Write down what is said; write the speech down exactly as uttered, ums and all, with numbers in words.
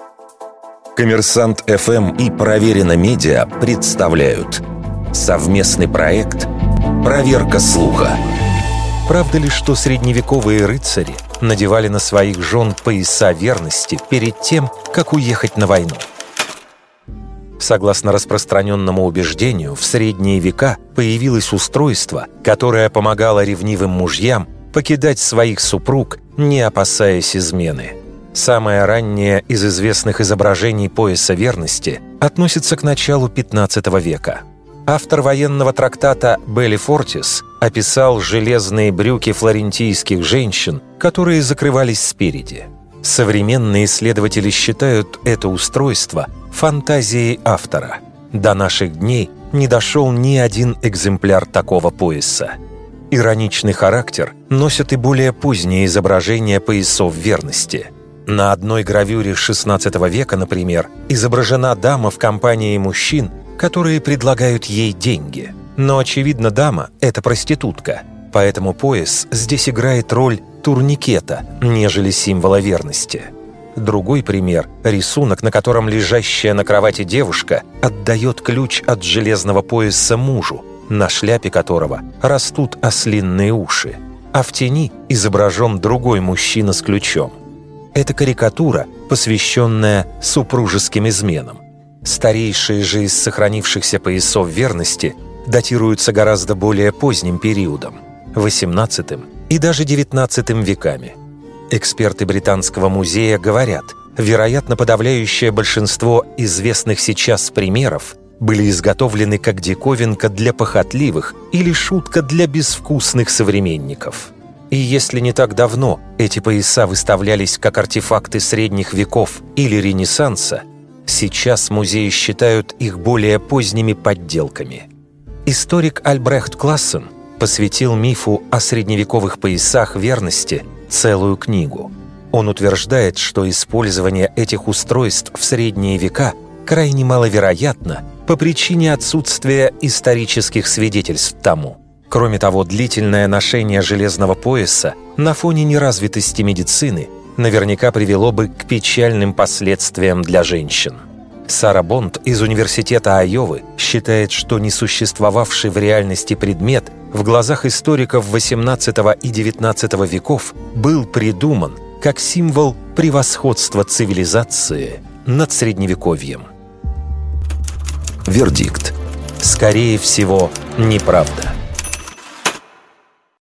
Коммерсант эф эм и Проверено Медиа представляют совместный проект «Проверка слуха». Правда ли, что средневековые рыцари надевали на своих жен пояса верности перед тем, как уехать на войну? Согласно распространенному убеждению, в средние века появилось устройство, которое помогало ревнивым мужьям покидать своих супруг, не опасаясь измены. Самое раннее из известных изображений пояса верности относится к началу пятнадцатого века. Автор военного трактата Белли Фортис описал железные брюки флорентийских женщин, которые закрывались спереди. Современные исследователи считают это устройство фантазией автора. До наших дней не дошел ни один экземпляр такого пояса. Ироничный характер носят и более поздние изображения поясов верности. На одной гравюре шестнадцатого века, например, изображена дама в компании мужчин, которые предлагают ей деньги. Но, очевидно, дама – это проститутка, поэтому пояс здесь играет роль турникета, нежели символа верности. Другой пример – рисунок, на котором лежащая на кровати девушка отдает ключ от железного пояса мужу, на шляпе которого растут ослиные уши, а в тени изображен другой мужчина с ключом. Это карикатура, посвященная супружеским изменам. Старейшие же из сохранившихся поясов верности датируются гораздо более поздним периодом – восемнадцатым и даже девятнадцатым веками. Эксперты Британского музея говорят, вероятно, подавляющее большинство известных сейчас примеров были изготовлены как диковинка для похотливых или шутка для безвкусных современников. И если не так давно эти пояса выставлялись как артефакты средних веков или Ренессанса, сейчас музеи считают их более поздними подделками. Историк Альбрехт Классен посвятил мифу о средневековых поясах верности целую книгу. Он утверждает, что использование этих устройств в средние века крайне маловероятно по причине отсутствия исторических свидетельств тому. Кроме того, длительное ношение железного пояса на фоне неразвитости медицины наверняка привело бы к печальным последствиям для женщин. Сара Бонд из Университета Айовы считает, что несуществовавший в реальности предмет в глазах историков восемнадцатого и девятнадцатого веков был придуман как символ превосходства цивилизации над Средневековьем. Вердикт. Скорее всего, неправда.